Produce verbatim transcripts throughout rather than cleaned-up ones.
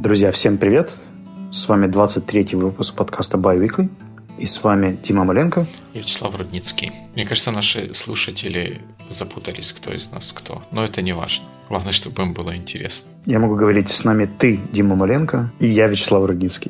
Друзья, всем привет! С вами двадцать третий выпуск подкаста Bi-Weekly. И с вами Дима Маленко и Вячеслав Рудницкий. Мне кажется, наши слушатели запутались, кто из нас кто. Но это не важно. Главное, чтобы им было интересно. Я могу говорить, с нами ты, Дима Маленко, и я, Вячеслав Рудницкий.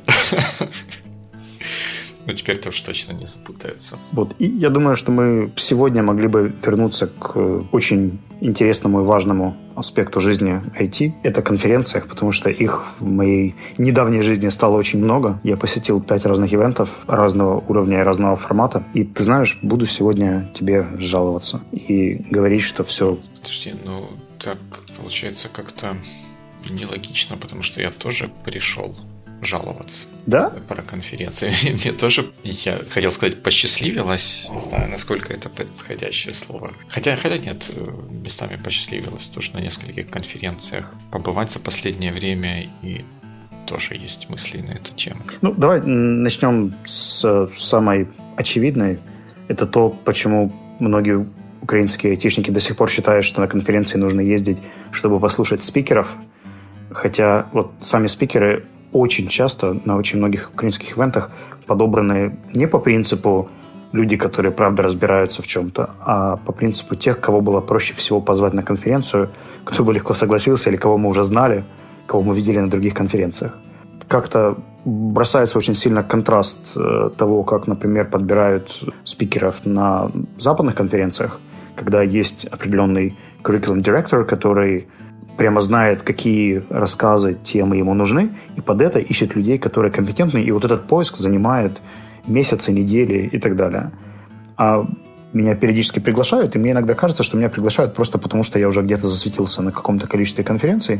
Ну, теперь-то уж точно не запутаются. Вот. И я думаю, что мы сегодня могли бы вернуться к очень интересному и важному аспекту жизни ай ти. Это конференциях, потому что их в моей недавней жизни стало очень много. Я посетил пять разных ивентов разного уровня и разного формата. И ты знаешь, буду сегодня тебе жаловаться и говорить, что все... Подожди, ну так получается как-то нелогично, потому что я тоже пришел жаловаться. Да? Про конференции. Мне тоже, я хотел сказать, посчастливилось. Не знаю, насколько это подходящее слово. Хотя, хотя нет, местами посчастливилось тоже на нескольких конференциях побывать за последнее время, и тоже есть мысли на эту тему. Ну, давай начнем с самой очевидной. Это то, почему многие украинские айтишники до сих пор считают, что на конференции нужно ездить, чтобы послушать спикеров. Хотя вот сами спикеры очень часто на очень многих украинских ивентах подобраны не по принципу люди, которые правда разбираются в чем-то, а по принципу тех, кого было проще всего позвать на конференцию, кто бы легко согласился или кого мы уже знали, кого мы видели на других конференциях. Как-то бросается очень сильно контраст того, как, например, подбирают спикеров на западных конференциях, когда есть определенный curriculum director, который прямо знает, какие рассказы, темы ему нужны, и под это ищет людей, которые компетентны, и вот этот поиск занимает месяцы, недели и так далее. А меня периодически приглашают, и мне иногда кажется, что меня приглашают просто потому, что я уже где-то засветился на каком-то количестве конференций,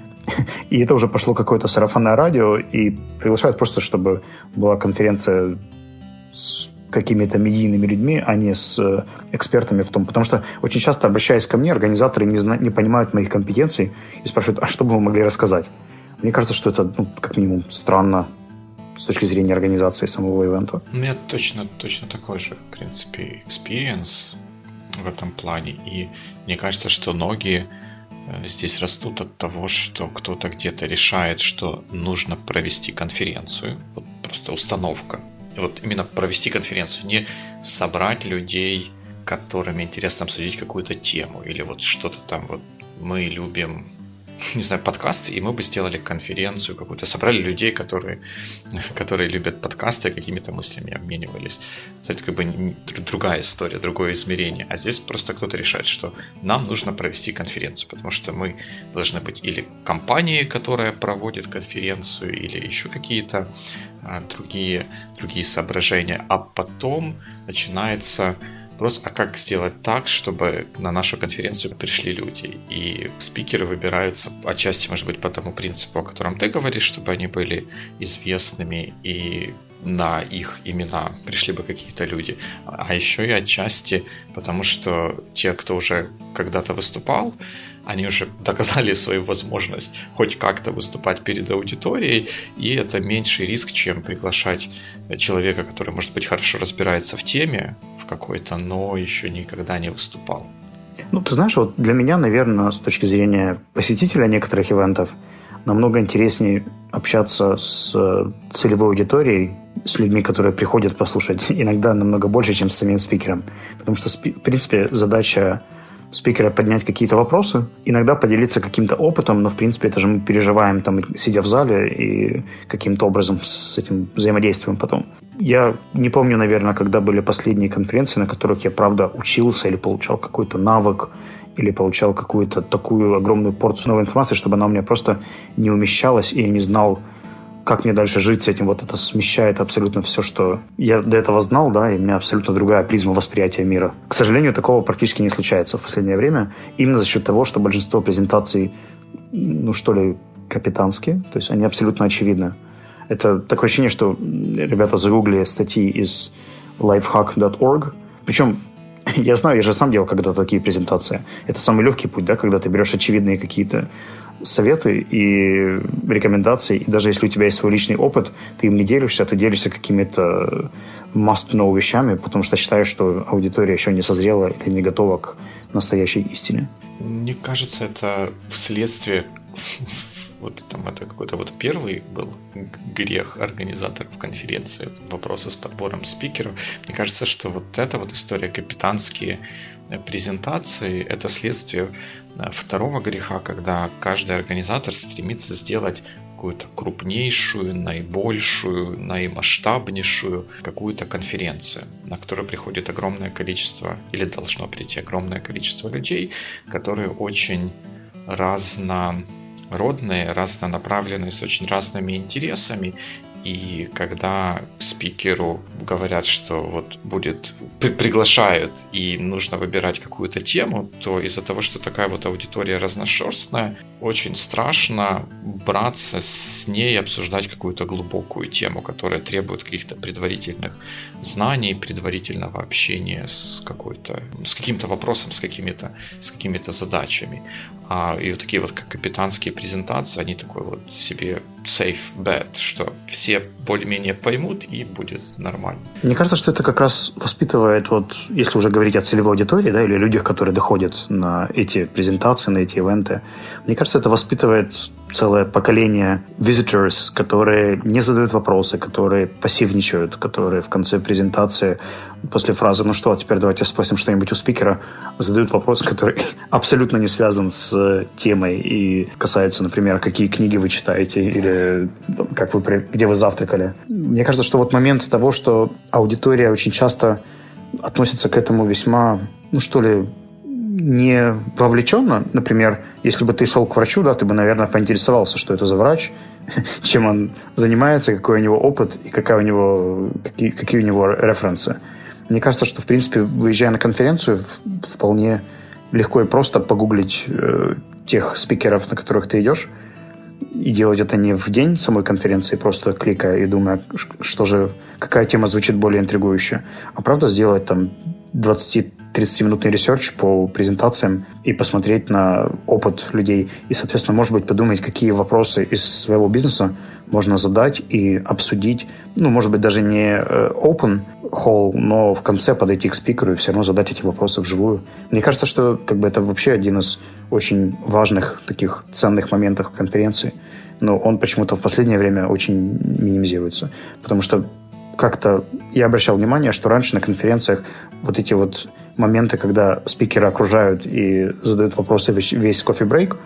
и это уже пошло какое-то сарафанное радио, и приглашают просто, чтобы была конференция с какими-то медийными людьми, а не с экспертами в том. Потому что очень часто, обращаясь ко мне, организаторы не, зна- не понимают моих компетенций и спрашивают, а что бы вы могли рассказать? Мне кажется, что это, ну, как минимум, странно с точки зрения организации самого ивента. У меня точно, точно такой же, в принципе, экспириенс в этом плане. И мне кажется, что ноги здесь растут от того, что кто-то где-то решает, что нужно провести конференцию. Вот просто установка. Вот именно провести конференцию, не собрать людей, которым интересно обсудить какую-то тему, или вот что-то там, вот мы любим, не знаю, подкасты, и мы бы сделали конференцию какую-то, собрали людей, которые, которые любят подкасты, какими-то мыслями обменивались. Это как бы другая история, другое измерение. А здесь просто кто-то решает, что нам нужно провести конференцию, потому что мы должны быть или компанией, которая проводит конференцию, или еще какие-то другие, другие соображения. А потом начинается вопрос, а как сделать так, чтобы на нашу конференцию пришли люди? И спикеры выбираются отчасти, может быть, по тому принципу, о котором ты говоришь, чтобы они были известными и на их имена пришли бы какие-то люди. А еще и отчасти потому, что те, кто уже когда-то выступал, они уже доказали свою возможность хоть как-то выступать перед аудиторией, и это меньший риск, чем приглашать человека, который, может быть, хорошо разбирается в теме в какой-то, но еще никогда не выступал. Ну, ты знаешь, вот для меня, наверное, с точки зрения посетителя некоторых ивентов, намного интереснее общаться с целевой аудиторией, с людьми, которые приходят послушать, иногда намного больше, чем с самим спикером. Потому что, в принципе, задача спикера поднять какие-то вопросы, иногда поделиться каким-то опытом, но, в принципе, это же мы переживаем, там, сидя в зале, и каким-то образом с этим взаимодействуем потом. Я не помню, наверное, когда были последние конференции, на которых я, правда, учился или получал какой-то навык, или получал какую-то такую огромную порцию новой информации, чтобы она у меня просто не умещалась, и я не знал, как мне дальше жить с этим. Вот это смещает абсолютно все, что я до этого знал, да, и у меня абсолютно другая призма восприятия мира. К сожалению, такого практически не случается в последнее время, именно за счет того, что большинство презентаций, ну что ли, капитанские, то есть они абсолютно очевидны. Это такое ощущение, что ребята загуглили статьи из lifehack точка org, причем я знаю, я же сам делал когда-то такие презентации. Это самый легкий путь, да, когда ты берешь очевидные какие-то советы и рекомендации, и даже если у тебя есть свой личный опыт, ты им не делишься, ты делишься какими-то must-know вещами, потому что считаешь, что аудитория еще не созрела или не готова к настоящей истине. Мне кажется, это вследствие вот там это какой-то вот первый был грех организаторов конференции, вопросы с подбором спикеров. Мне кажется, что вот эта вот история, капитанские презентации, это следствие второго греха, когда каждый организатор стремится сделать какую-то крупнейшую, наибольшую, наимасштабнейшую какую-то конференцию, на которую приходит огромное количество, или должно прийти огромное количество людей, которые очень разнородные, разнонаправленные, с очень разными интересами. И когда спикеру говорят, что вот будет при- приглашают и нужно выбирать какую-то тему, то из-за того, что такая вот аудитория разношерстная, очень страшно браться с ней и обсуждать какую-то глубокую тему, которая требует каких-то предварительных знаний, предварительного общения с какой-то, с каким-то вопросом, с какими-то, с какими-то задачами. А и вот такие вот как капитанские презентации, они такой вот себе safe bet, что все более-менее поймут и будет нормально. Мне кажется, что это как раз воспитывает, вот, если уже говорить о целевой аудитории, да, или людях, которые доходят на эти презентации, на эти ивенты, мне кажется, это воспитывает целое поколение visitors, которые не задают вопросы, которые пассивничают, которые в конце презентации после фразы «ну что, а теперь давайте спросим что-нибудь у спикера», задают вопрос, который абсолютно не связан с темой и касается, например, какие книги вы читаете или как вы, где вы завтракали. Мне кажется, что вот момент того, что аудитория очень часто относится к этому весьма, ну что ли, не вовлеченно. Например, если бы ты шел к врачу, да, ты бы, наверное, поинтересовался, что это за врач, чем он занимается, какой у него опыт и какая у него, какие, какие у него референсы. Мне кажется, что, в принципе, выезжая на конференцию, вполне легко и просто погуглить э, тех спикеров, на которых ты идешь, и делать это не в день самой конференции, просто кликая и думая, что же, какая тема звучит более интригующе, а правда сделать там двадцать-тридцатиминутный ресерч по презентациям и посмотреть на опыт людей. И, соответственно, может быть, подумать, какие вопросы из своего бизнеса можно задать и обсудить. Ну, может быть, даже не open hall, но в конце подойти к спикеру и все равно задать эти вопросы вживую. Мне кажется, что как бы, это вообще один из очень важных, таких ценных моментов конференции. Но он почему-то в последнее время очень минимизируется. Потому что как-то я обращал внимание, что раньше на конференциях вот эти вот моменты, когда спикеры окружают и задают вопросы весь кофе-брейк,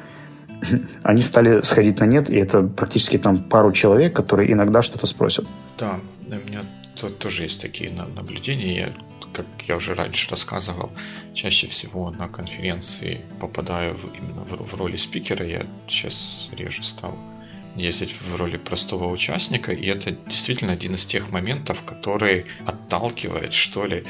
они стали сходить на нет, и это практически там пару человек, которые иногда что-то спросят. Да, у меня тоже есть такие наблюдения. Я, как я уже раньше рассказывал, чаще всего на конференции попадаю в, именно в, в роли спикера. Я сейчас реже стал ездить в роли простого участника, и это действительно один из тех моментов, который отталкивает, что ли,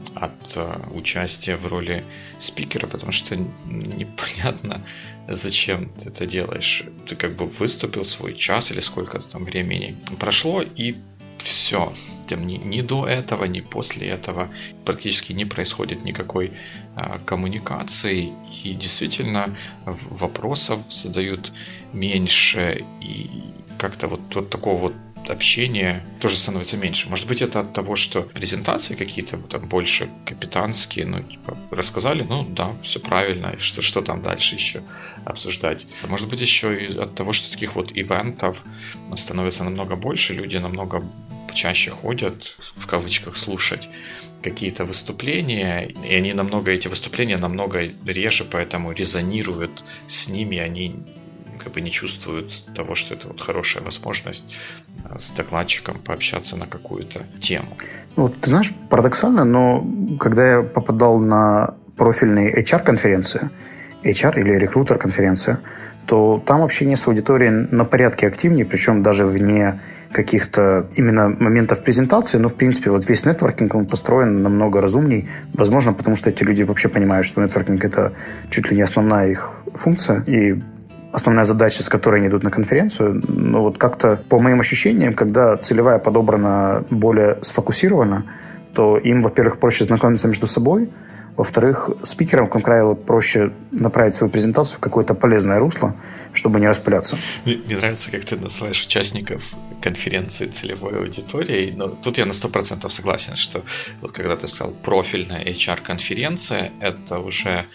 от uh, участия в роли спикера, потому что непонятно, зачем ты это делаешь. Ты как бы выступил свой час или сколько-то там времени прошло, и все. Там ни, ни до этого, ни после этого практически не происходит никакой а, коммуникации, и действительно вопросов задают меньше, и как-то вот, вот такого вот общения тоже становится меньше. Может быть, это от того, что презентации какие-то там больше капитанские, ну, типа, рассказали, ну, да, все правильно, что, что там дальше еще обсуждать. Может быть, еще и от того, что таких вот ивентов становится намного больше, люди намного чаще ходят, в кавычках, слушать какие-то выступления, и они намного, эти выступления намного реже, поэтому резонируют с ними, они как бы не чувствуют того, что это вот хорошая возможность с докладчиком пообщаться на какую-то тему. Вот, ты знаешь, парадоксально, но когда я попадал на профильные эйч ар-конференции, эйч ар или рекрутер-конференция, то там общение с аудиторией на порядке активнее, причем даже вне каких-то именно моментов презентации, но, в принципе, вот весь нетворкинг, он построен намного разумней. Возможно, потому что эти люди вообще понимают, что нетворкинг – это чуть ли не основная их функция и основная задача, с которой они идут на конференцию. Но вот как-то, по моим ощущениям, когда целевая подобрана более сфокусированно, то им, во-первых, проще знакомиться между собой, во-вторых, спикерам, как правило, проще направить свою презентацию в какое-то полезное русло, чтобы не распыляться. Мне, мне нравится, как ты называешь участников конференции целевой аудиторией, но тут я на сто процентов согласен, что вот когда ты сказал профильная эйч ар-конференция, это уже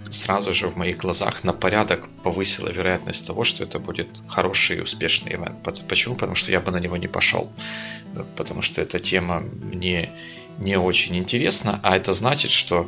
сразу же в моих глазах на порядок повысило вероятность того, что это будет хороший и успешный ивент. Почему? Потому что я бы на него не пошел. Потому что эта тема мне не очень интересна, а это значит, что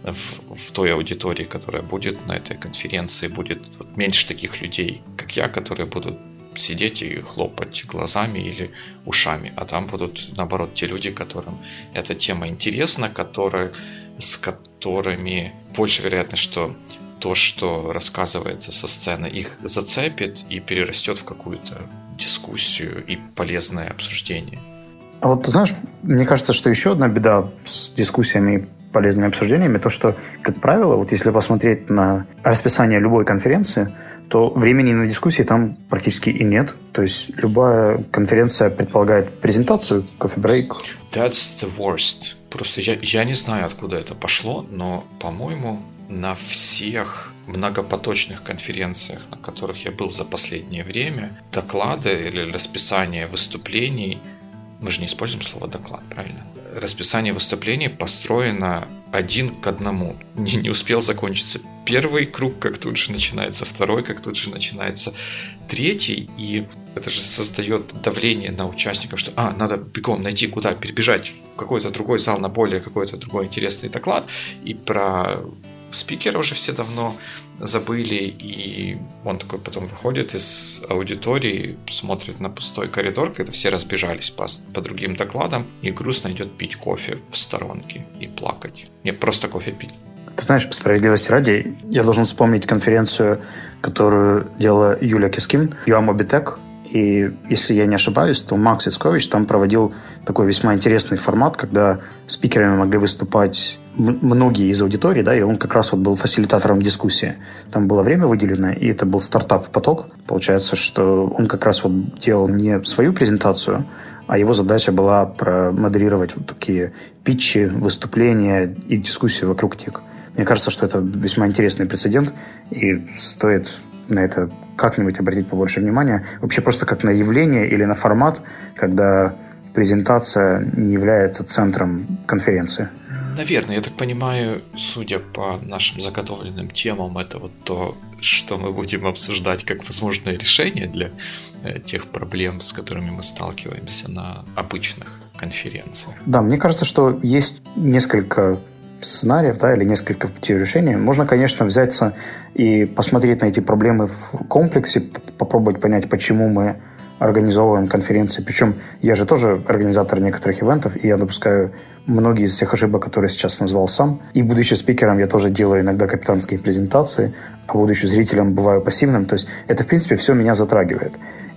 в, в той аудитории, которая будет на этой конференции, будет вот меньше таких людей, как я, которые будут сидеть и хлопать глазами или ушами, а там будут, наоборот, те люди, которым эта тема интересна, которые, с которыми больше вероятность, что то, что рассказывается со сцены, их зацепит и перерастет в какую-то дискуссию и полезное обсуждение. А вот ты знаешь, мне кажется, что еще одна беда с дискуссиями и полезными обсуждениями, то, что, как правило, вот если посмотреть на расписание любой конференции, то времени на дискуссии там практически и нет. То есть любая конференция предполагает презентацию, кофе-брейк. That's the worst. Просто я, я не знаю, откуда это пошло, но, по-моему, на всех многопоточных конференциях, на которых я был за последнее время, доклады или расписание выступлений, мы же не используем слово «доклад», правильно? Расписание выступлений построено один к одному. Не, не успел закончиться первый круг, как тут же начинается второй, как тут же начинается третий. И это же создает давление на участников, что а, надо бегом найти, куда перебежать в какой-то другой зал на более какой-то другой интересный доклад. И про спикера уже все давно забыли, и он такой потом выходит из аудитории, смотрит на пустой коридор, когда все разбежались по, по другим докладам, и грустно идет пить кофе в сторонке и плакать. Не, просто кофе пить. Ты знаешь, справедливости ради, я должен вспомнить конференцию, которую делала Юлия Кискин, ЮАМОБИТЕК, и если я не ошибаюсь, то Макс Ицкович там проводил такой весьма интересный формат, когда спикерами могли выступать многие из аудитории, да, и он как раз вот был фасилитатором дискуссии. Там было время выделено, и это был стартап-поток. Получается, что он как раз вот делал не свою презентацию, а его задача была промодерировать вот такие питчи, выступления и дискуссии вокруг них. Мне кажется, что это весьма интересный прецедент, и стоит на это как-нибудь обратить побольше внимания. Вообще просто как на явление или на формат, когда презентация не является центром конференции. Наверное, я так понимаю, судя по нашим заготовленным темам, это вот то, что мы будем обсуждать как возможное решение для тех проблем, с которыми мы сталкиваемся на обычных конференциях. Да, мне кажется, что есть несколько сценариев, да, или несколько путей решения. Можно, конечно, взяться и посмотреть на эти проблемы в комплексе, попробовать понять, почему мы организовываем конференции. Причем я же тоже организатор некоторых ивентов, и я допускаю многие из тех ошибок, которые сейчас назвал сам. И будучи спикером, я тоже делаю иногда капитанские презентации, а будучи зрителем, бываю пассивным. То есть это, в принципе, все меня затрагивает.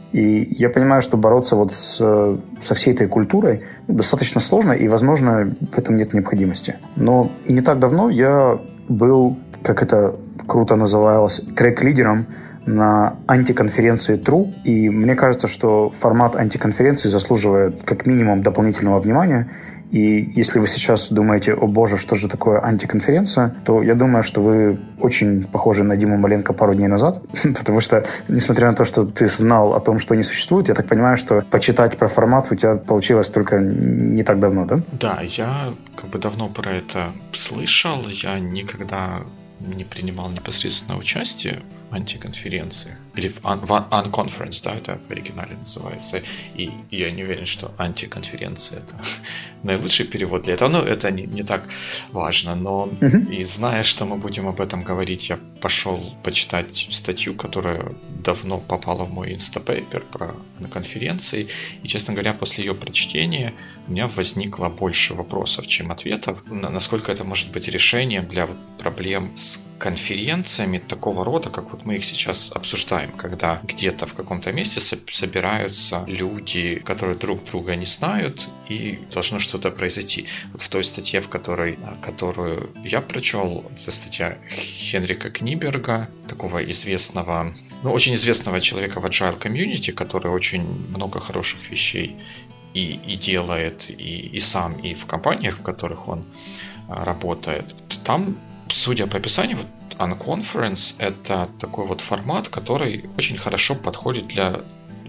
И я понимаю, что бороться вот с, со всей этой культурой достаточно сложно, и, возможно, в этом нет необходимости. Но не так давно я был, как это круто называлось, трек-лидером на антиконференции True, и мне кажется, что формат антиконференции заслуживает как минимум дополнительного внимания. И если вы сейчас думаете, о боже, что же такое антиконференция, то я думаю, что вы очень похожи на Диму Маленко пару дней назад, потому что, несмотря на то, что ты знал о том, что они существуют, я так понимаю, что почитать про формат у тебя получилось только не так давно, да? Да, я как бы давно про это слышал, я никогда не принимал непосредственно участие в антиконференциях. Или в, un- в unconference, да, это в оригинале называется. И я не уверен, что антиконференция — это наилучший перевод для этого. Но это не, не так важно. Но uh-huh. и зная, что мы будем об этом говорить, я пошел почитать статью, которая давно попала в мой инстапейпер про конференции. И, честно говоря, после ее прочтения у меня возникло больше вопросов, чем ответов. Насколько это может быть решением для вот проблем с конференциями такого рода, как вот мы их сейчас обсуждаем, когда где-то в каком-то месте собираются люди, которые друг друга не знают, и должно что-то произойти. Вот в той статье, в которой, которую я прочел, это статья Хенрика Книберга, такого известного, ну, очень известного человека в Agile Community, который очень много хороших вещей и, и делает, и, и сам, и в компаниях, в которых он работает. Там, судя по описанию, вот Unconference — это такой вот формат, который очень хорошо подходит для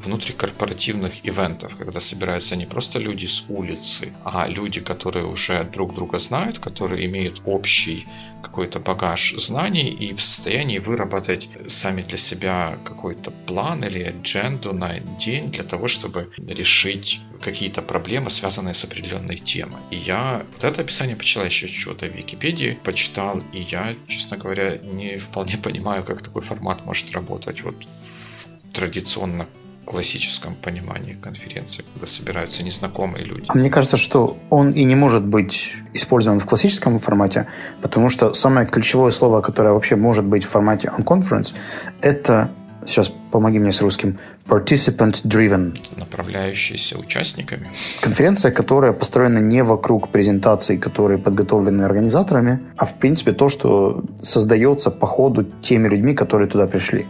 внутрикорпоративных ивентов, когда собираются не просто люди с улицы, а люди, которые уже друг друга знают, которые имеют общий какой-то багаж знаний и в состоянии выработать сами для себя какой-то план или адженду на день для того, чтобы решить какие-то проблемы, связанные с определенной темой. И я вот это описание почитал еще чего-то в Википедии, почитал, и я, честно говоря, не вполне понимаю, как такой формат может работать вот в традиционно классическом понимании конференции, когда собираются незнакомые люди. Мне кажется, что он и не может быть использован в классическом формате, потому что самое ключевое слово, которое вообще может быть в формате on-conference, это, сейчас помоги мне с русским, participant-driven. Направляющийся участниками. Конференция, которая построена не вокруг презентаций, которые подготовлены организаторами, а в принципе то, что создается по ходу теми людьми, которые туда пришли.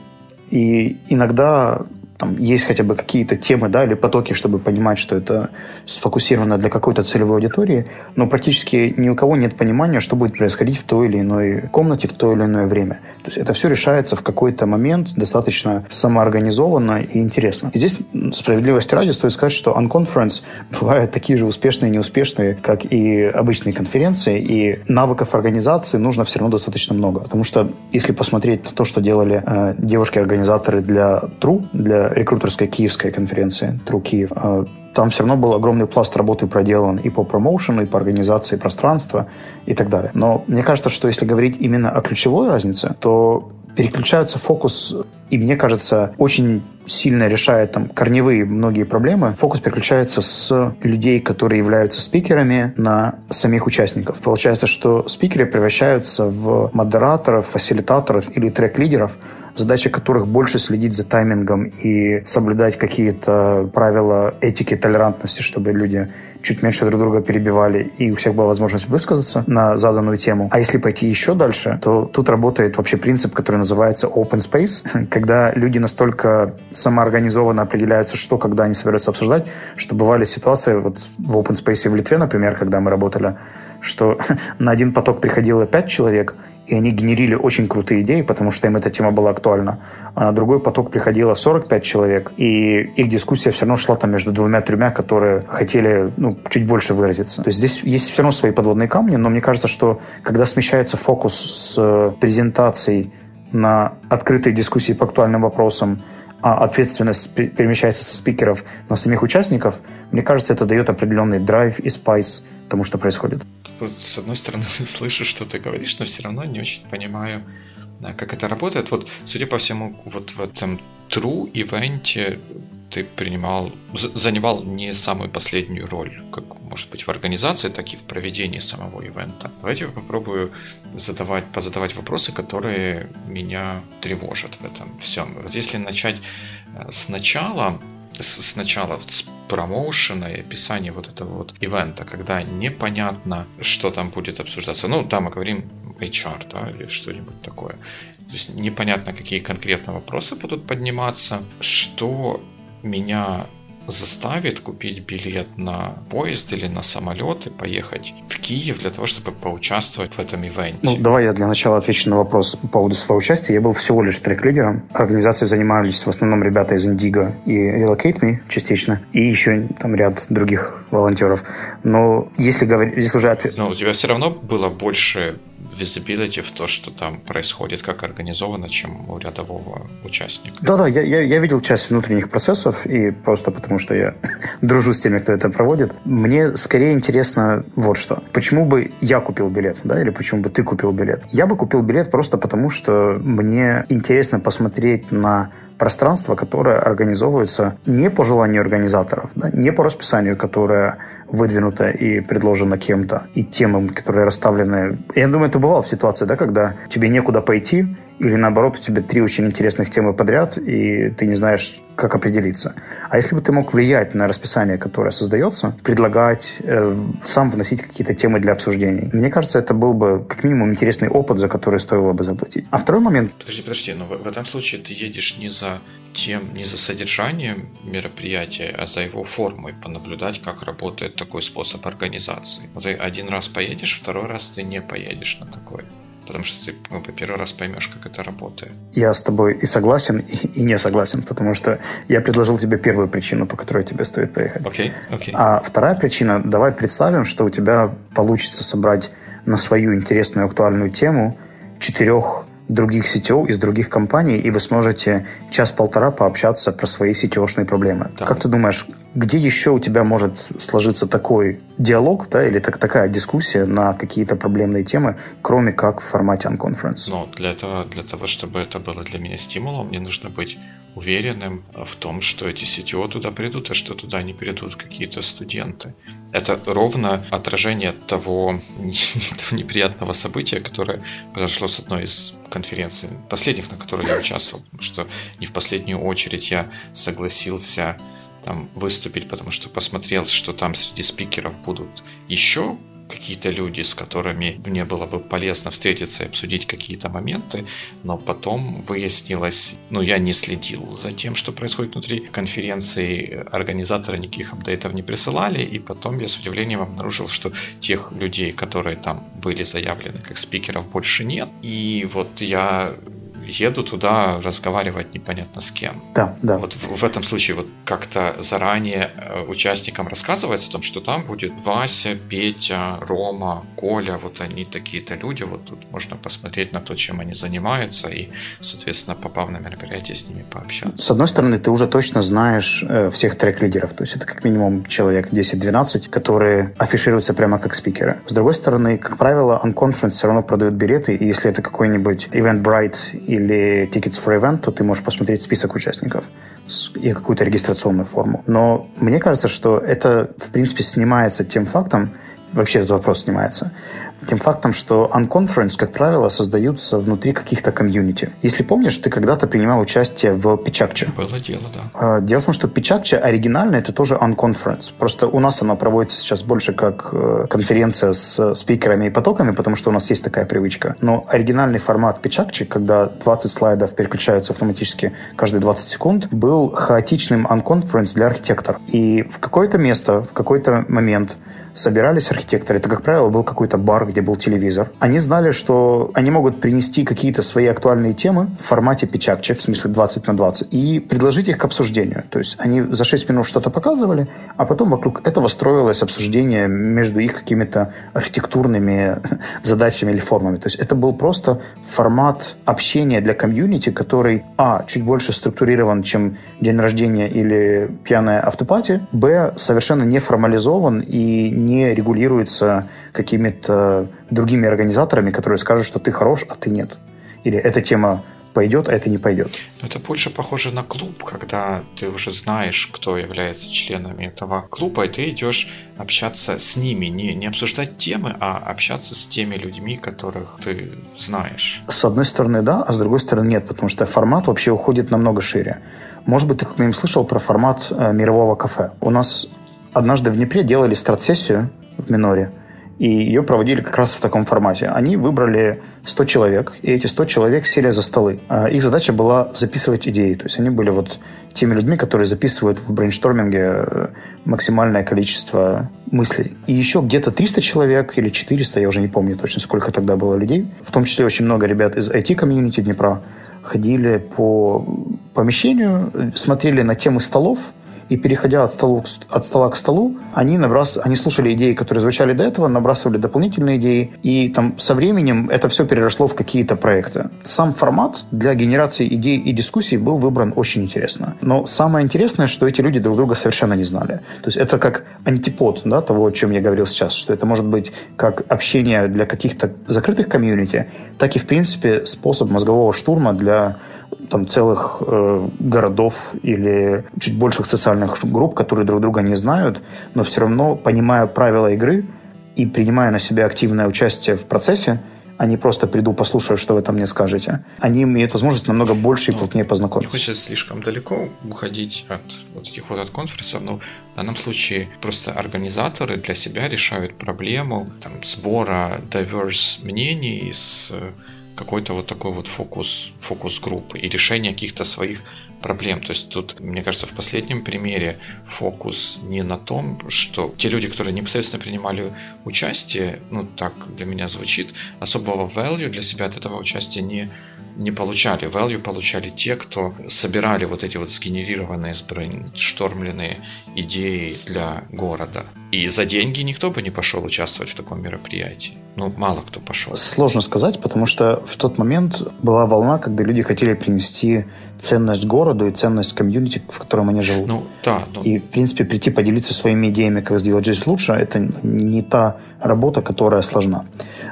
И иногда там есть хотя бы какие-то темы, да, или потоки, чтобы понимать, что это сфокусировано для какой-то целевой аудитории, но практически ни у кого нет понимания, что будет происходить в той или иной комнате в то или иное время. То есть это все решается в какой-то момент достаточно самоорганизованно и интересно. И здесь, справедливости ради, стоит сказать, что on-conference бывают такие же успешные и неуспешные, как и обычные конференции, и навыков организации нужно все равно достаточно много. Потому что если посмотреть на то, что делали э, девушки-организаторы для True, для рекрутерской киевской конференции True Киев, там все равно был огромный пласт работы проделан и по промоушену, и по организации пространства и так далее. Но мне кажется, что если говорить именно о ключевой разнице, то переключается фокус, и мне кажется, очень сильно решает там корневые многие проблемы. Фокус переключается с людей, которые являются спикерами, на самих участников. Получается, что спикеры превращаются в модераторов, фасилитаторов или трек-лидеров, задача которых больше следить за таймингом и соблюдать какие-то правила этики, толерантности, чтобы люди чуть меньше друг друга перебивали, и у всех была возможность высказаться на заданную тему. А если пойти еще дальше, то тут работает вообще принцип, который называется open space, когда люди настолько самоорганизованно определяются, что, когда они собираются обсуждать, что бывали ситуации, вот в open space в Литве, например, когда мы работали, что на один поток приходило пять человек, и они генерили очень крутые идеи, потому что им эта тема была актуальна. А на другой поток приходило сорок пять человек, и их дискуссия все равно шла там между двумя-тремя, которые хотели ну, чуть больше выразиться. То есть здесь есть все равно свои подводные камни, но мне кажется, что когда смещается фокус с презентаций на открытые дискуссии по актуальным вопросам, а ответственность перемещается со спикеров на самих участников, мне кажется, это дает определенный драйв и спайс тому, что происходит. Вот, с одной стороны, слышу, что ты говоришь, но все равно не очень понимаю, как это работает. Вот, судя по всему, вот в этом True ивенте ты принимал, занимал не самую последнюю роль, как, может быть, в организации, так и в проведении самого ивента. Давайте я попробую задавать, позадавать вопросы, которые меня тревожат в этом всем. Вот если начать сначала, сначала с промоушена и описания вот этого вот ивента, когда непонятно, что там будет обсуждаться. Ну, да, мы говорим эйч ар, да, или что-нибудь такое. То есть непонятно, какие конкретно вопросы будут подниматься, что меня заставит купить билет на поезд или на самолет и поехать в Киев для того, чтобы поучаствовать в этом ивенте. Ну, давай я для начала отвечу на вопрос по поводу своего участия. Я был всего лишь трек-лидером. Организацией занимались в основном ребята из Indigo и Relocate Me частично, и еще там ряд других волонтеров. Но если говорить, здесь уже ответ... Но у тебя все равно было больше visibility в то, что там происходит, как организовано, чем у рядового участника. Да-да, я, я, я видел часть внутренних процессов, и просто потому, что я дружу с теми, кто это проводит. Мне скорее интересно вот что. Почему бы я купил билет, да, или почему бы ты купил билет? Я бы купил билет просто потому, что мне интересно посмотреть на пространство, которое организовывается не по желанию организаторов, да, не по расписанию, которое выдвинуто и предложено кем-то, и темам, которые расставлены. Я думаю, это бывало в ситуации, да, когда тебе некуда пойти, или наоборот, у тебя три очень интересных темы подряд, и ты не знаешь, как определиться. А если бы ты мог влиять на расписание, которое создается, предлагать, э, сам вносить какие-то темы для обсуждений, мне кажется, это был бы как минимум интересный опыт, за который стоило бы заплатить. А второй момент... Подожди, подожди, но в, в этом случае ты едешь не за тем, не за содержанием мероприятия, а за его формой, понаблюдать, как работает такой способ организации. Вот ты один раз поедешь, второй раз ты не поедешь на такой. потому что ты ну, первый раз поймешь, как это работает. Я с тобой и согласен, и, и не согласен, потому что я предложил тебе первую причину, по которой тебе стоит поехать. Окей, okay, окей. Okay. А вторая причина, давай представим, что у тебя получится собрать на свою интересную актуальную тему четырех других си ти о из других компаний, и вы сможете час-полтора пообщаться про свои си ти о-шные проблемы. Да. Как ты думаешь, где еще у тебя может сложиться такой диалог, да, или так, такая дискуссия на какие-то проблемные темы, кроме как в формате Unconference? Ну, для этого, для того, чтобы это было для меня стимулом, мне нужно быть уверенным в том, что эти си ти о туда придут, а что туда не придут какие-то студенты. Это ровно отражение того, того неприятного события, которое произошло с одной из конференций, последних, на которой я участвовал, потому что не в последнюю очередь я согласился там выступить, потому что посмотрел, что там среди спикеров будут еще какие-то люди, с которыми мне было бы полезно встретиться и обсудить какие-то моменты, но потом выяснилось, ну, я не следил за тем, что происходит внутри конференции, организаторы никаких апдейтов не присылали, и потом я с удивлением обнаружил, что тех людей, которые там были заявлены как спикеров, больше нет, и вот я еду туда разговаривать непонятно с кем. Да, да. Вот в, в этом случае вот как-то заранее участникам рассказывается о том, что там будет Вася, Петя, Рома, Коля, вот они такие-то люди, вот тут можно посмотреть на то, чем они занимаются, и, соответственно, попав на мероприятие, с ними пообщаться. С одной стороны, ты уже точно знаешь э, всех трек-лидеров, то есть это как минимум человек десять-двенадцать, которые афишируются прямо как спикеры. С другой стороны, как правило, Unconference все равно продают билеты, и если это какой-нибудь Eventbrite или Tickets for Event, то ты можешь посмотреть список участников и какую-то регистрационную форму. Но мне кажется, что это, в принципе, снимается тем фактом, вообще этот вопрос снимается, тем фактом, что Unconference, как правило, создаются внутри каких-то комьюнити. Если помнишь, ты когда-то принимал участие в Пичакче. Было дело, да. Дело в том, что Пичакче оригинально это тоже Unconference. Просто у нас она проводится сейчас больше как конференция с спикерами и потоками, потому что у нас есть такая привычка. Но оригинальный формат Пичакче, когда двадцать слайдов переключаются автоматически каждые двадцать секунд, был хаотичным Unconference для архитекторов. И в какое-то место, в какой-то момент собирались архитекторы. Это, как правило, был какой-то бар, где был телевизор. Они знали, что они могут принести какие-то свои актуальные темы в формате Пичакче, в смысле двадцать на двадцать, и предложить их к обсуждению. То есть они за шесть минут что-то показывали, а потом вокруг этого строилось обсуждение между их какими-то архитектурными задачами или формами. То есть это был просто формат общения для комьюнити, который, а, чуть больше структурирован, чем день рождения или пьяная автопати, б, совершенно не формализован и не регулируется какими-то другими организаторами, которые скажут, что ты хорош, а ты нет. Или эта тема пойдет, а это не пойдет. Это больше похоже на клуб, когда ты уже знаешь, кто является членами этого клуба, и ты идешь общаться с ними, не, не обсуждать темы, а общаться с теми людьми, которых ты знаешь. С одной стороны, да, а с другой стороны, нет, потому что формат вообще уходит намного шире. Может быть, ты как-нибудь слышал про формат э, мирового кафе. У нас однажды в Днепре делали страт-сессию в Миноре, и ее проводили как раз в таком формате. Они выбрали сто человек, и эти сто человек сели за столы. Их задача была записывать идеи. То есть они были вот теми людьми, которые записывают в брейншторминге максимальное количество мыслей. И еще где-то триста человек или четыреста, я уже не помню точно, сколько тогда было людей, в том числе очень много ребят из ай ти-комьюнити Днепра, ходили по помещению, смотрели на темы столов, и, переходя от, столу, от стола к столу, они, набрас... они слушали идеи, которые звучали до этого, набрасывали дополнительные идеи, и там со временем это все переросло в какие-то проекты. Сам формат для генерации идей и дискуссий был выбран очень интересно. Но самое интересное, что эти люди друг друга совершенно не знали. То есть это как антипод, да, того, о чем я говорил сейчас, что это может быть как общение для каких-то закрытых комьюнити, так и, в принципе, способ мозгового штурма для там целых э, городов или чуть больших социальных групп, которые друг друга не знают, но все равно, понимая правила игры и принимая на себя активное участие в процессе, они просто приду, послушаю, что вы там мне скажете. Они имеют возможность намного больше и плотнее познакомиться. Не хочется слишком далеко уходить от вот этих вот от конференсов, но в данном случае просто организаторы для себя решают проблему там, сбора diverse мнений с какой-то вот такой вот фокус, фокус группы и решение каких-то своих проблем. То есть тут, мне кажется, в последнем примере фокус не на том, что те люди, которые непосредственно принимали участие, ну так для меня звучит, особого value для себя от этого участия не, не получали. Value получали те, кто собирали вот эти вот сгенерированные, сбрейнштормленные идеи для города. И за деньги никто бы не пошел участвовать в таком мероприятии. Ну, мало кто пошел. Сложно сказать, потому что в тот момент была волна, когда люди хотели принести ценность городу и ценность комьюнити, в котором они живут. Ну, да. Ну... И, в принципе, прийти поделиться своими идеями, как сделать жизнь лучше, это не та работа, которая сложна.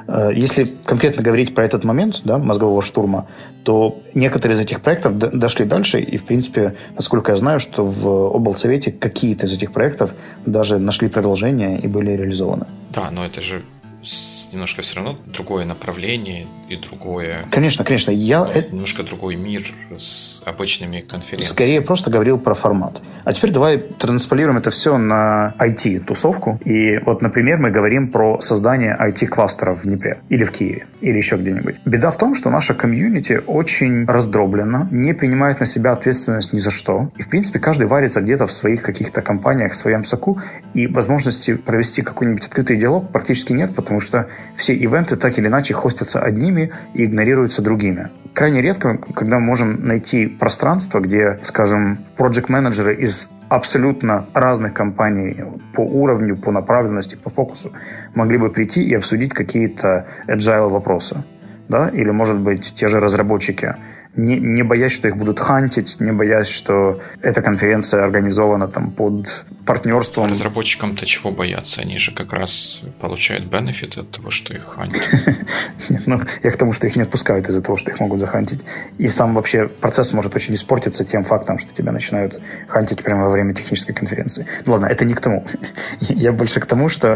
Если конкретно говорить про этот момент, да, мозгового штурма, то некоторые из этих проектов дошли дальше, и, в принципе, насколько я знаю, что в облсовете какие-то из этих проектов даже нашли продолжение и были реализованы. Да, но это же немножко все равно другое направление и другое... Конечно, конечно. Я... Немножко другой мир с обычными конференциями. Скорее просто говорил про формат. А теперь давай трансполируем это все на ай ти-тусовку. И вот, например, мы говорим про создание ай ти-кластеров в Днепре или в Киеве, или еще где-нибудь. Беда в том, что наша комьюнити очень раздроблена, не принимает на себя ответственность ни за что. И, в принципе, каждый варится где-то в своих каких-то компаниях, в своем соку. И возможности провести какой-нибудь открытый диалог практически нет, потому что все ивенты так или иначе хостятся одними и игнорируются другими. Крайне редко, когда мы можем найти пространство, где, скажем, проект-менеджеры из абсолютно разных компаний по уровню, по направленности, по фокусу могли бы прийти и обсудить какие-то agile вопросы. Да? Или, может быть, те же разработчики, не, не боясь, что их будут хантить, не боясь, что эта конференция организована там под партнерством. Разработчикам-то чего бояться? Они же как раз получают бенефит от того, что их хантят. Нет, ну, я к тому, что их не отпускают из-за того, что их могут захантить. И сам вообще процесс может очень испортиться тем фактом, что тебя начинают хантить прямо во время технической конференции. Ну ладно, это не к тому. Я больше к тому, что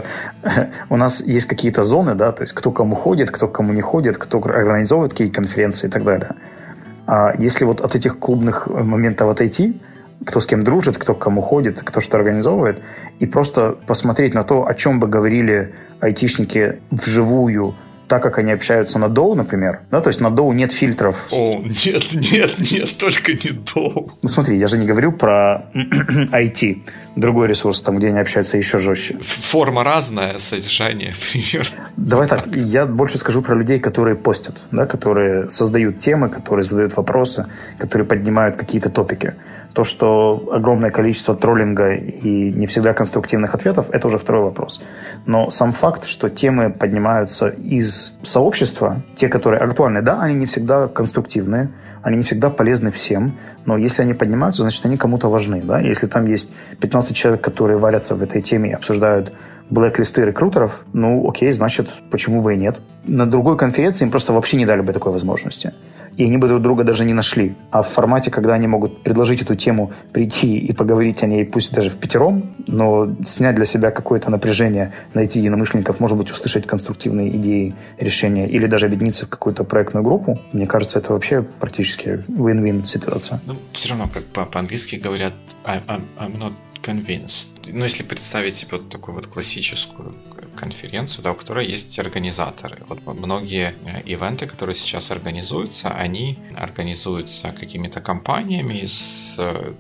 у нас есть какие-то зоны, да, то есть кто кому ходит, кто кому не ходит, кто организовывает какие конференции и так далее. А если вот от этих клубных моментов отойти, кто с кем дружит, кто к кому ходит, кто что организовывает, и просто посмотреть на то, о чем бы говорили айтишники вживую, так как они общаются на доу, например, да, то есть на доу нет фильтров. О, нет, нет, нет, только не доу. Ну смотри, я же не говорю про ай ти, другой ресурс, там, где они общаются еще жестче. Форма разная, содержание примерно. Давай так, я больше скажу про людей, которые постят, да, которые создают темы, которые задают вопросы, которые поднимают какие-то топики. То, что огромное количество троллинга и не всегда конструктивных ответов, это уже второй вопрос. Но сам факт, что темы поднимаются из сообщества, те, которые актуальны, да, они не всегда конструктивные, они не всегда полезны всем, но если они поднимаются, значит, они кому-то важны. Да? Если там есть пятнадцать человек, которые варятся в этой теме и обсуждают блэк-листы рекрутеров, ну, окей, значит, почему бы и нет. На другой конференции им просто вообще не дали бы такой возможности. И они бы друг друга даже не нашли. А в формате, когда они могут предложить эту тему, прийти и поговорить о ней, пусть даже в пятером, но снять для себя какое-то напряжение, найти единомышленников, может быть, услышать конструктивные идеи, решения, или даже объединиться в какую-то проектную группу, мне кажется, это вообще практически win-win ситуация. Ну, все равно, как по- по-английски говорят, I'm, I'm, I'm not convinced. Ну, если представить себе вот такую вот классическую конференцию, да, у которой есть организаторы. Вот многие ивенты, которые сейчас организуются, они организуются какими-то компаниями с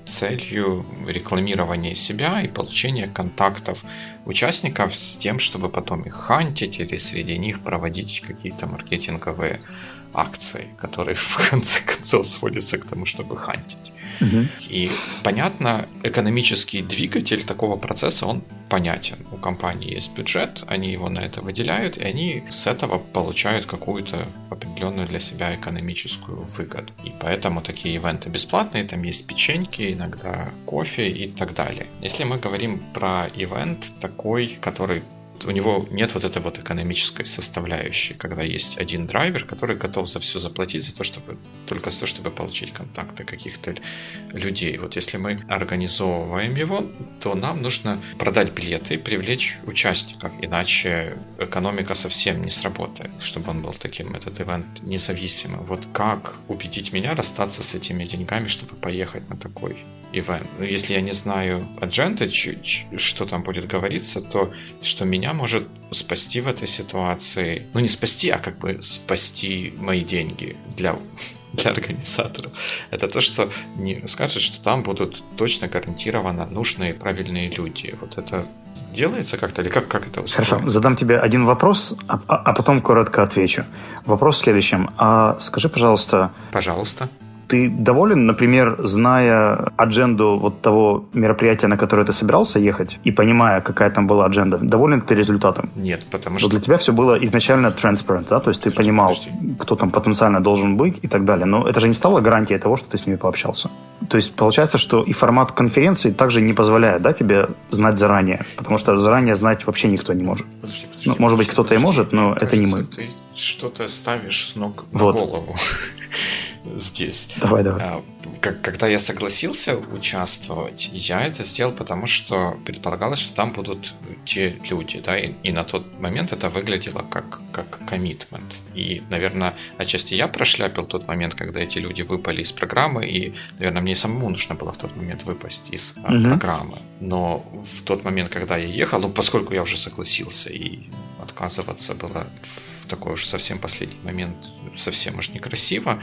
целью рекламирования себя и получения контактов участников с тем, чтобы потом их хантить или среди них проводить какие-то маркетинговые акции, которые в конце концов сводятся к тому, чтобы хантить. Угу. И понятно, экономический двигатель такого процесса, он понятен. У компании есть бюджет, они его на это выделяют, и они с этого получают какую-то определенную для себя экономическую выгоду. И поэтому такие ивенты бесплатные, там есть печеньки, иногда кофе и так далее. Если мы говорим про ивент такой, который у него нет вот этой вот экономической составляющей, когда есть один драйвер, который готов за все заплатить, за то, чтобы только за то, чтобы получить контакты каких-то людей. Вот если мы организовываем его, то нам нужно продать билеты, привлечь участников, иначе экономика совсем не сработает, чтобы он был таким, этот ивент независимым. Вот как убедить меня расстаться с этими деньгами, чтобы поехать на такой ивент. Если я не знаю адженды, что там будет говориться, то что меня может спасти в этой ситуации, ну не спасти, а как бы спасти мои деньги для, для организаторов, это то, что не скажет, что там будут точно гарантированно нужные правильные люди. Вот это делается как-то, или как, как это устроено? Хорошо, задам тебе один вопрос, а, а потом коротко отвечу. Вопрос в следующем. А скажи, пожалуйста... Пожалуйста. Ты доволен, например, зная адженду вот того мероприятия, на которое ты собирался ехать, и понимая, какая там была адженда, доволен ты результатом? Нет, потому что... что... Для тебя все было изначально transparent, да? То есть ты подожди, понимал, подожди. кто там потенциально должен быть и так далее. Но это же не стало гарантией того, что ты с ними пообщался. То есть получается, что и формат конференции также не позволяет, да, тебе знать заранее, потому что заранее знать вообще никто не может. Подожди, подожди, ну, может быть, кто-то подожди, и может, но это не мы. Ты что-то ставишь с ног вот. на голову. Здесь. Давай, давай. Когда я согласился участвовать, я это сделал, потому что предполагалось, что там будут те люди, да, и, и на тот момент это выглядело как, как коммитмент. И, наверное, отчасти я прошляпил тот момент, когда эти люди выпали из программы, и, наверное, мне самому нужно было в тот момент выпасть из mm-hmm. программы. Но в тот момент, когда я ехал, ну, поскольку я уже согласился, и отказываться было в такой уж совсем последний момент совсем уж некрасиво.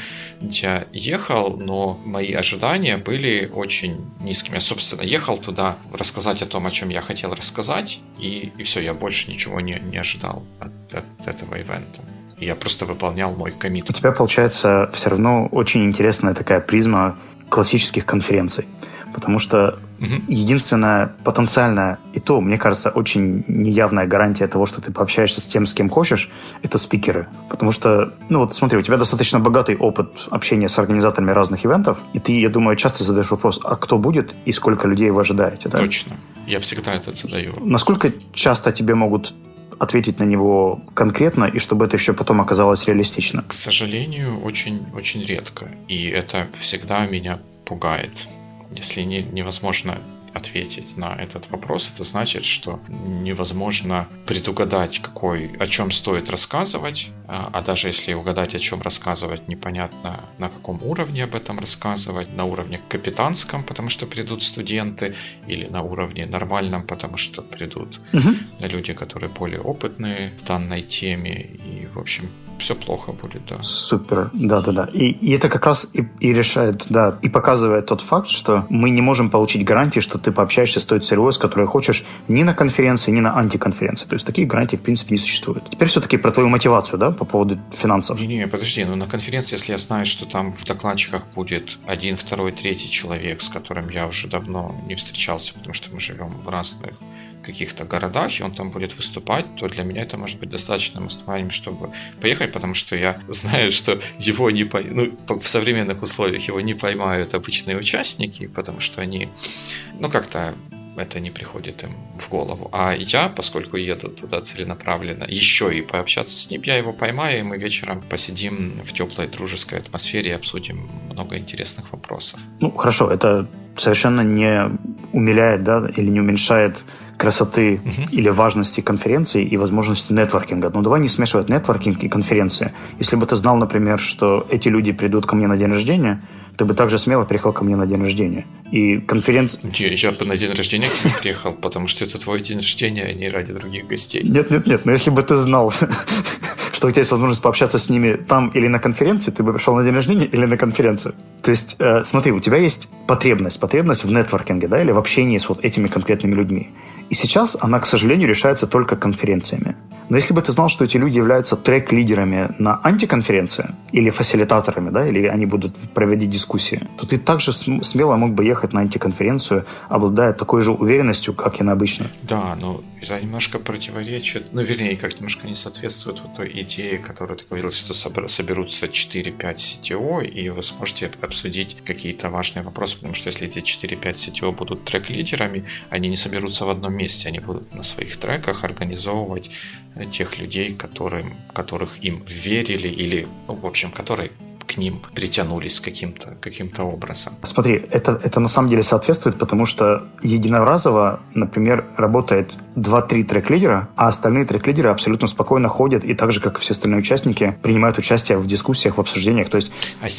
Я ехал, но мои ожидания были очень низкими. Я, собственно, ехал туда рассказать о том, о чем я хотел рассказать, и, и все, я больше ничего не, не ожидал от, от этого ивента. И я просто выполнял мой коммит. У тебя, получается, все равно очень интересная такая призма классических конференций. Потому что угу. единственная потенциальная, и то, мне кажется, очень неявная гарантия того, что ты пообщаешься с тем, с кем хочешь, это спикеры. Потому что, ну вот смотри, у тебя достаточно богатый опыт общения с организаторами разных ивентов, и ты, я думаю, часто задаешь вопрос, а кто будет и сколько людей вы ожидаете? Да? Точно. Я всегда это задаю. Насколько часто тебе могут ответить на него конкретно, и чтобы это еще потом оказалось реалистично? К сожалению, очень, очень редко. И это всегда меня пугает. Если не, невозможно ответить на этот вопрос, это значит, что невозможно предугадать, какой, о чем стоит рассказывать, а, а даже если угадать, о чем рассказывать, непонятно, на каком уровне об этом рассказывать, на уровне капитанском, потому что придут студенты, или на уровне нормальном, потому что придут угу. люди, которые более опытные в данной теме, и, в общем, все плохо будет, да. Супер, да-да-да. И, и это как раз и, и решает, да, и показывает тот факт, что мы не можем получить гарантии, что ты пообщаешься с той целевой, с которой хочешь, ни на конференции, ни на антиконференции. То есть такие гарантии, в принципе, не существуют. Теперь все-таки про твою мотивацию, да, по поводу финансов. Не-не, подожди, ну на конференции, если я знаю, что там в докладчиках будет один, второй, третий человек, с которым я уже давно не встречался, потому что мы живем в разных каких-то городах, и он там будет выступать, то для меня это может быть достаточным основанием, чтобы поехать, потому что я знаю, что его не по... ну, в современных условиях его не поймают обычные участники, потому что они, ну, как-то это не приходит им в голову. А я, поскольку еду туда целенаправленно, еще и пообщаться с ним, я его поймаю, и мы вечером посидим в теплой дружеской атмосфере и обсудим много интересных вопросов. Ну, хорошо, это совершенно не умиляет, да, или не уменьшает красоты uh-huh. или важности конференции и возможности нетворкинга. Но давай не смешивать нетворкинг и конференции. Если бы ты знал, например, что эти люди придут ко мне на день рождения, ты бы также смело приехал ко мне на день рождения. И конференция... Я бы на день рождения к ним приехал, потому что это твой день рождения, а не ради других гостей. Нет-нет-нет, но если бы ты знал, что у тебя есть возможность пообщаться с ними там или на конференции, ты бы пришел на день рождения или на конференцию. То есть, э, смотри, у тебя есть потребность, потребность в нетворкинге, да, или в общении с вот этими конкретными людьми. И сейчас она, к сожалению, решается только конференциями. Но если бы ты знал, что эти люди являются трек-лидерами на антиконференции или фасилитаторами, да, или они будут проводить дискуссии, то ты также см- смело мог бы ехать на антиконференцию, обладая такой же уверенностью, как и на обычную. Да, но это немножко противоречит, ну, вернее, как немножко не соответствует вот той идее, которую ты говорил, что соберутся четыре-пять си ти о, и вы сможете обсудить какие-то важные вопросы, потому что если эти четыре-пять си ти о будут трек-лидерами, они не соберутся в одном месте, они будут на своих треках организовывать тех людей, которым, которых им верили или, ну, в общем, которые к ним притянулись каким-то, каким-то образом. Смотри, это, это на самом деле соответствует, потому что единоразово, например, работает два-три трек-лидера, а остальные трек-лидеры абсолютно спокойно ходят и так же, как и все остальные участники, принимают участие в дискуссиях, в обсуждениях. То есть... I see.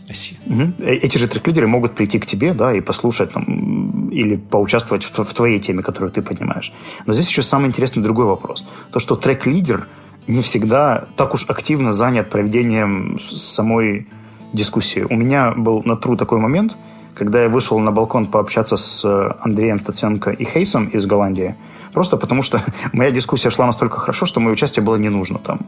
Угу. Эти же трек-лидеры могут прийти к тебе, да, и послушать там, или поучаствовать в, в твоей теме, которую ты поднимаешь. Но здесь еще самый интересный другой вопрос. То, что трек-лидер не всегда так уж активно занят проведением самой дискуссии. У меня был на Тру такой момент, когда я вышел на балкон пообщаться с Андреем Стаценко и Хейсом из Голландии, просто потому что моя дискуссия шла настолько хорошо, что мое участие было не нужно там.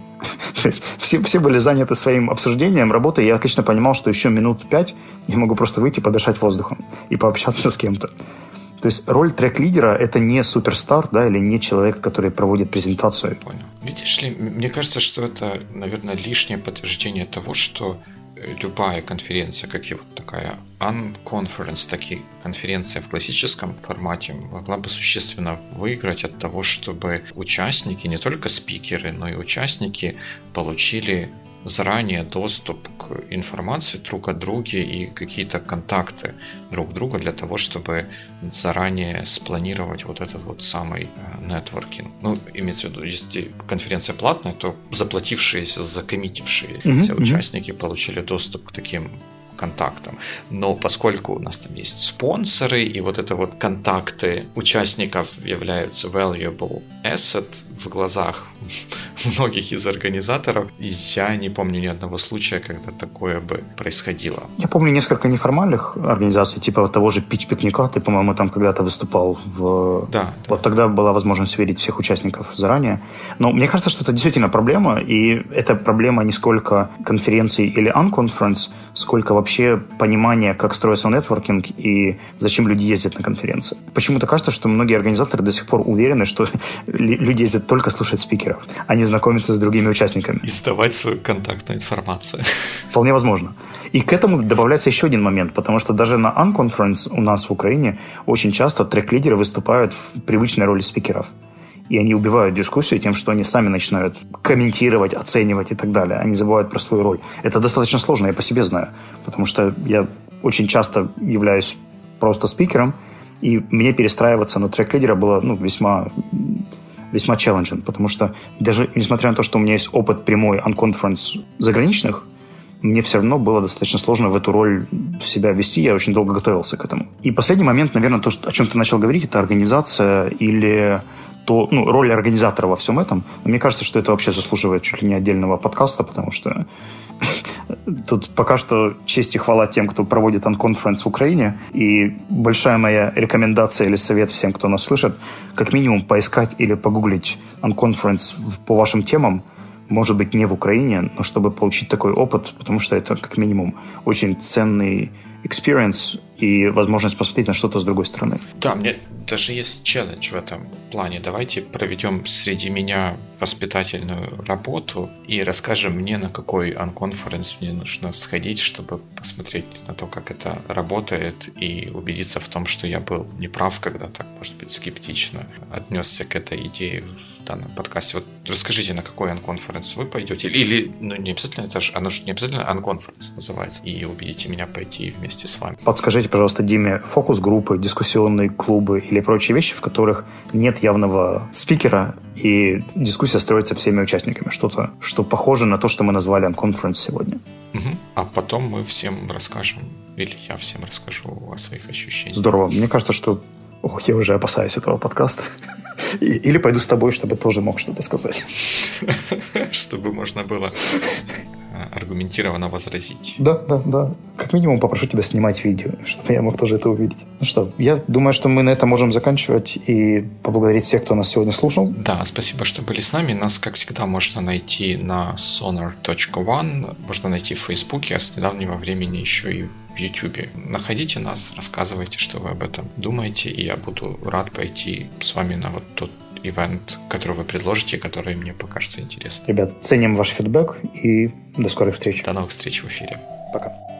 То есть все, все были заняты своим обсуждением, работой, и я отлично понимал, что еще минут пять я могу просто выйти, подышать воздухом и пообщаться с кем-то. То есть роль трек-лидера – это не суперстар, да, или не человек, который проводит презентацию. Понял. Видишь ли, мне кажется, что это, наверное, лишнее подтверждение того, что любая конференция, как и вот такая unconference, такие конференция в классическом формате могла бы существенно выиграть от того, чтобы участники, не только спикеры, но и участники получили заранее доступ к информации друг о друге и какие-то контакты друг друга для того, чтобы заранее спланировать вот этот вот самый нетворкинг. Ну, имеется в виду, если конференция платная, то заплатившиеся, закоммитившиеся mm-hmm. участники получили доступ к таким контактам. Но поскольку у нас там есть спонсоры, и вот это вот контакты участников являются valuable asset в глазах многих из организаторов, я не помню ни одного случая, когда такое бы происходило. Я помню несколько неформальных организаций, типа того же питч-пикника, ты, по-моему, там когда-то выступал в... Да. Вот да. тогда была возможность видеть всех участников заранее. Но мне кажется, что это действительно проблема, и это проблема не сколько конференции или unconference, сколько вообще понимания, как строится нетворкинг и зачем люди ездят на конференции. Почему-то кажется, что многие организаторы до сих пор уверены, что люди ездят только слушать спикеров, а не знакомиться с другими участниками. И сдавать свою контактную информацию. Вполне возможно. И к этому добавляется еще один момент, потому что даже на unconference у нас в Украине очень часто трек-лидеры выступают в привычной роли спикеров. И они убивают дискуссию тем, что они сами начинают комментировать, оценивать и так далее. Они забывают про свою роль. Это достаточно сложно, я по себе знаю. Потому что я очень часто являюсь просто спикером, и мне перестраиваться на трек-лидера было ну, весьма, весьма челленджен. Потому что даже несмотря на то, что у меня есть опыт прямой unconference заграничных, мне все равно было достаточно сложно в эту роль себя вести. Я очень долго готовился к этому. И последний момент, наверное, то, что, о чем ты начал говорить, это организация или... то, ну, роль организатора во всем этом. Но мне кажется, что это вообще заслуживает чуть ли не отдельного подкаста, потому что тут пока что честь и хвала тем, кто проводит unconference в Украине. И большая моя рекомендация или совет всем, кто нас слышит, как минимум поискать или погуглить unconference по вашим темам, может быть, не в Украине, но чтобы получить такой опыт, потому что это, как минимум, очень ценный experience и возможность посмотреть на что-то с другой стороны. Да, мне даже есть челлендж в этом плане. Давайте проведем среди меня воспитательную работу и расскажем мне, на какой unconference мне нужно сходить, чтобы посмотреть на то, как это работает, и убедиться в том, что я был неправ, когда так, может быть, скептично отнесся к этой идее в данном подкасте. Вот расскажите, на какой unconference вы пойдете? Или, ну, не обязательно, это же, оно же не обязательно unconference называется, и убедите меня пойти вместе с вами. Подскажите, пожалуйста, Диме, фокус-группы, дискуссионные клубы или прочие вещи, в которых нет явного спикера, и дискуссия строится всеми участниками. Что-то, что похоже на то, что мы назвали unconference сегодня. Угу. А потом мы всем расскажем, или я всем расскажу о своих ощущениях. Здорово. Мне кажется, что... Ох, я уже опасаюсь этого подкаста. Или пойду с тобой, чтобы тоже мог что-то сказать. Чтобы можно было аргументированно возразить. Да, да, да. Как минимум попрошу тебя снимать видео, чтобы я мог тоже это увидеть. Ну что, я думаю, что мы на этом можем заканчивать и поблагодарить всех, кто нас сегодня слушал. Да, спасибо, что были с нами. Нас, как всегда, можно найти на sonar точка one, можно найти в Фейсбуке, а с недавнего времени еще и в Ютубе. Находите нас, рассказывайте, что вы об этом думаете, и я буду рад пойти с вами на вот тот ивент, который вы предложите, который мне покажется интересным. Ребят, ценим ваш фидбэк и до скорых встреч. До новых встреч в эфире. Пока.